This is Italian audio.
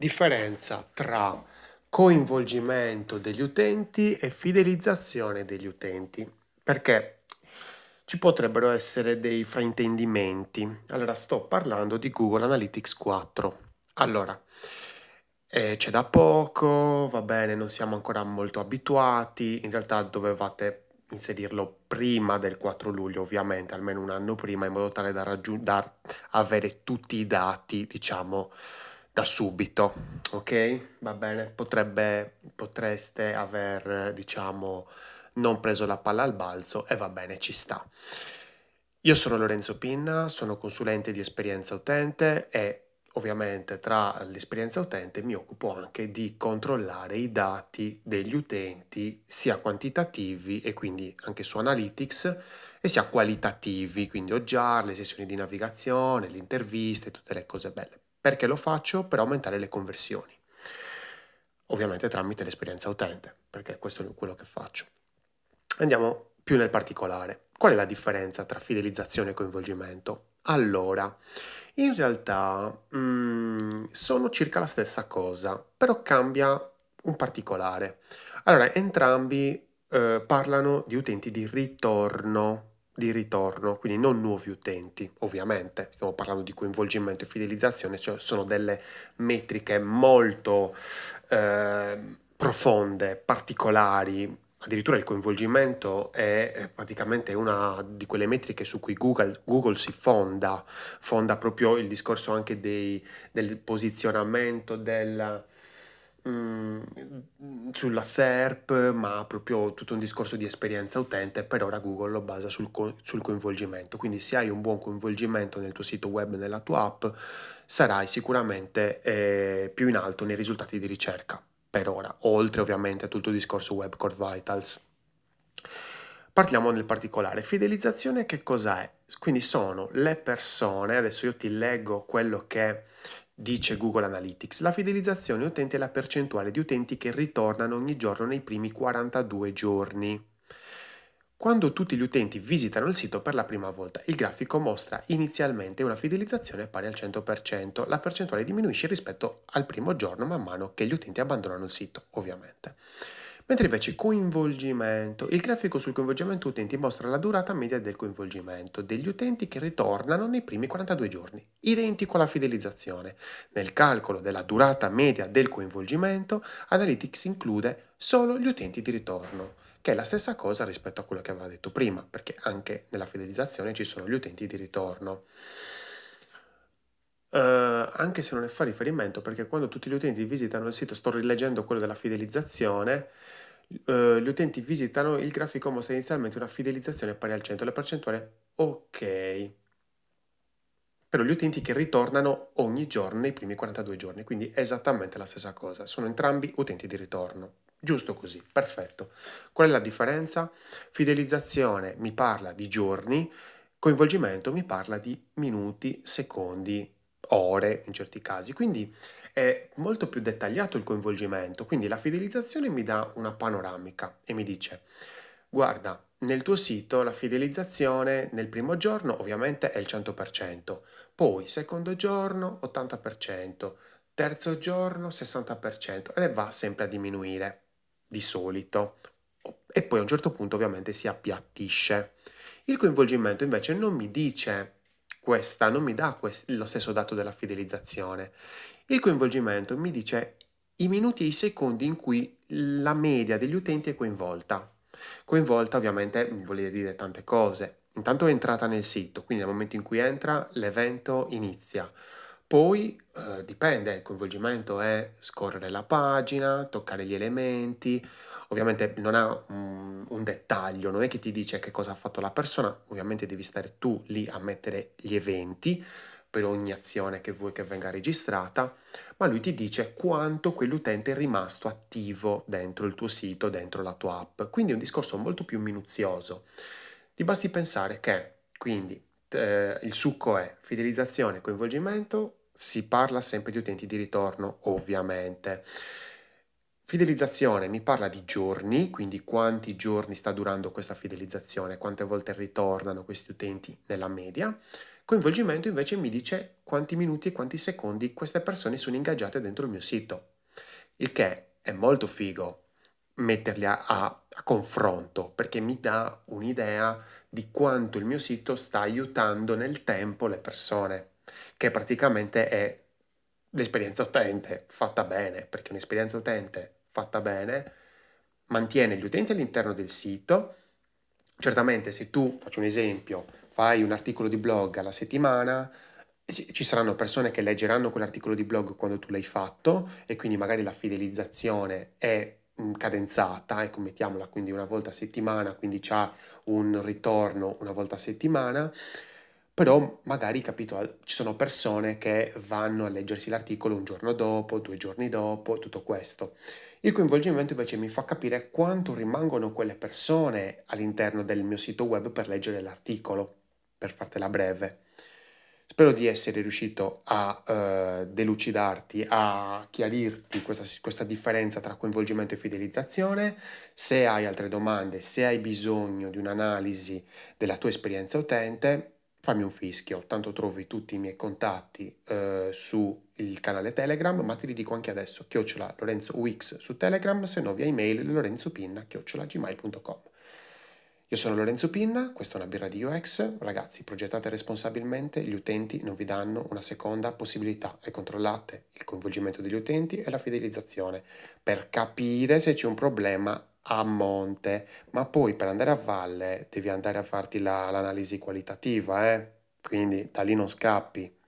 Differenza tra coinvolgimento degli utenti e fidelizzazione degli utenti, perché ci potrebbero essere dei fraintendimenti. Allora, sto parlando di Google Analytics 4. Allora, c'è da poco, va bene, non siamo ancora molto abituati, in realtà dovevate inserirlo prima del 4 luglio, ovviamente, almeno un anno prima, in modo tale da avere tutti i dati, diciamo, da subito, ok? Va bene, potreste aver, diciamo, non preso la palla al balzo e va bene, ci sta. Io sono Lorenzo Pinna, sono consulente di esperienza utente e ovviamente tra l'esperienza utente mi occupo anche di controllare i dati degli utenti, sia quantitativi e quindi anche su Analytics, e sia qualitativi, quindi OJAR, le sessioni di navigazione, le interviste, tutte le cose belle. Perché lo faccio? Per aumentare le conversioni. Ovviamente tramite l'esperienza utente, perché questo è quello che faccio. Andiamo più nel particolare. Qual è la differenza tra fidelizzazione e coinvolgimento? Allora, in realtà sono circa la stessa cosa, però cambia un particolare. Allora, entrambi parlano di utenti di ritorno, quindi non nuovi utenti, ovviamente. Stiamo parlando di coinvolgimento e fidelizzazione, cioè sono delle metriche molto profonde, particolari. Addirittura il coinvolgimento è praticamente una di quelle metriche su cui Google si fonda proprio il discorso anche del posizionamento mm, sulla SERP, ma proprio tutto un discorso di esperienza utente. Per ora Google lo basa sul coinvolgimento, quindi se hai un buon coinvolgimento nel tuo sito web, nella tua app, sarai sicuramente più in alto nei risultati di ricerca per ora, oltre ovviamente a tutto il discorso Web Core Vitals. Parliamo nel particolare. Fidelizzazione che cos'è? Quindi sono le persone, adesso io ti leggo quello che dice Google Analytics. La fidelizzazione utenti è la percentuale di utenti che ritornano ogni giorno nei primi 42 giorni. Quando tutti gli utenti visitano il sito per la prima volta, il grafico mostra inizialmente una fidelizzazione pari al 100%. La percentuale diminuisce rispetto al primo giorno man mano che gli utenti abbandonano il sito, ovviamente. Mentre invece coinvolgimento, il grafico sul coinvolgimento utenti mostra la durata media del coinvolgimento degli utenti che ritornano nei primi 42 giorni, identico alla fidelizzazione. Nel calcolo della durata media del coinvolgimento, Analytics include solo gli utenti di ritorno, che è la stessa cosa rispetto a quello che aveva detto prima, perché anche nella fidelizzazione ci sono gli utenti di ritorno. Anche se non ne fa riferimento, perché quando tutti gli utenti visitano il sito, sto rileggendo quello della fidelizzazione, gli utenti visitano il grafico mostra inizialmente una fidelizzazione pari al 100, la percentuale ok, però gli utenti che ritornano ogni giorno nei primi 42 giorni, quindi è esattamente la stessa cosa, sono entrambi utenti di ritorno. Giusto così, perfetto. Qual è la differenza? Fidelizzazione mi parla di giorni, coinvolgimento mi parla di minuti, secondi, ore in certi casi, quindi è molto più dettagliato il coinvolgimento, quindi la fidelizzazione mi dà una panoramica e mi dice: guarda, nel tuo sito la fidelizzazione nel primo giorno ovviamente è il 100%, poi secondo giorno 80%, terzo giorno 60% e va sempre a diminuire di solito. E poi a un certo punto ovviamente si appiattisce. Il coinvolgimento invece non mi dice questa, non mi dà lo stesso dato della fidelizzazione. Il coinvolgimento mi dice i minuti e i secondi in cui la media degli utenti è coinvolta. Coinvolta ovviamente vuol dire tante cose. Intanto è entrata nel sito, quindi nel momento in cui entra l'evento inizia. Poi dipende, il coinvolgimento è scorrere la pagina, toccare gli elementi, ovviamente non ha un dettaglio, non è che ti dice che cosa ha fatto la persona, ovviamente devi stare tu lì a mettere gli eventi per ogni azione che vuoi che venga registrata, ma lui ti dice quanto quell'utente è rimasto attivo dentro il tuo sito, dentro la tua app. Quindi è un discorso molto più minuzioso. Ti basti pensare che, quindi, il succo è fidelizzazione, coinvolgimento, si parla sempre di utenti di ritorno, ovviamente. Fidelizzazione mi parla di giorni, quindi quanti giorni sta durando questa fidelizzazione, quante volte ritornano questi utenti nella media. Coinvolgimento invece mi dice quanti minuti e quanti secondi queste persone sono ingaggiate dentro il mio sito, il che è molto figo metterli a confronto, perché mi dà un'idea di quanto il mio sito sta aiutando nel tempo le persone, che praticamente è l'esperienza utente fatta bene, perché un'esperienza utente fatta bene mantiene gli utenti all'interno del sito. Certamente, se tu, faccio un esempio, fai un articolo di blog alla settimana, ci saranno persone che leggeranno quell'articolo di blog quando tu l'hai fatto e quindi magari la fidelizzazione è cadenzata, ecco, mettiamola quindi una volta a settimana, quindi c'ha un ritorno una volta a settimana, però magari, capito, ci sono persone che vanno a leggersi l'articolo un giorno dopo, 2 giorni dopo, tutto questo. Il coinvolgimento invece mi fa capire quanto rimangono quelle persone all'interno del mio sito web per leggere l'articolo, per fartela breve. Spero di essere riuscito a delucidarti, a chiarirti questa differenza tra coinvolgimento e fidelizzazione. Se hai altre domande, se hai bisogno di un'analisi della tua esperienza utente, fammi un fischio, tanto trovi tutti i miei contatti su il canale Telegram, ma te li dico anche adesso, chiocciola Lorenzo Wix su Telegram, se no via email lorenzopinna@gmail.com. Io sono Lorenzo Pinna, questa è una birra di UX, ragazzi progettate responsabilmente, gli utenti non vi danno una seconda possibilità e controllate il coinvolgimento degli utenti e la fidelizzazione per capire se c'è un problema a monte, ma poi per andare a valle devi andare a farti l'analisi qualitativa, quindi da lì non scappi.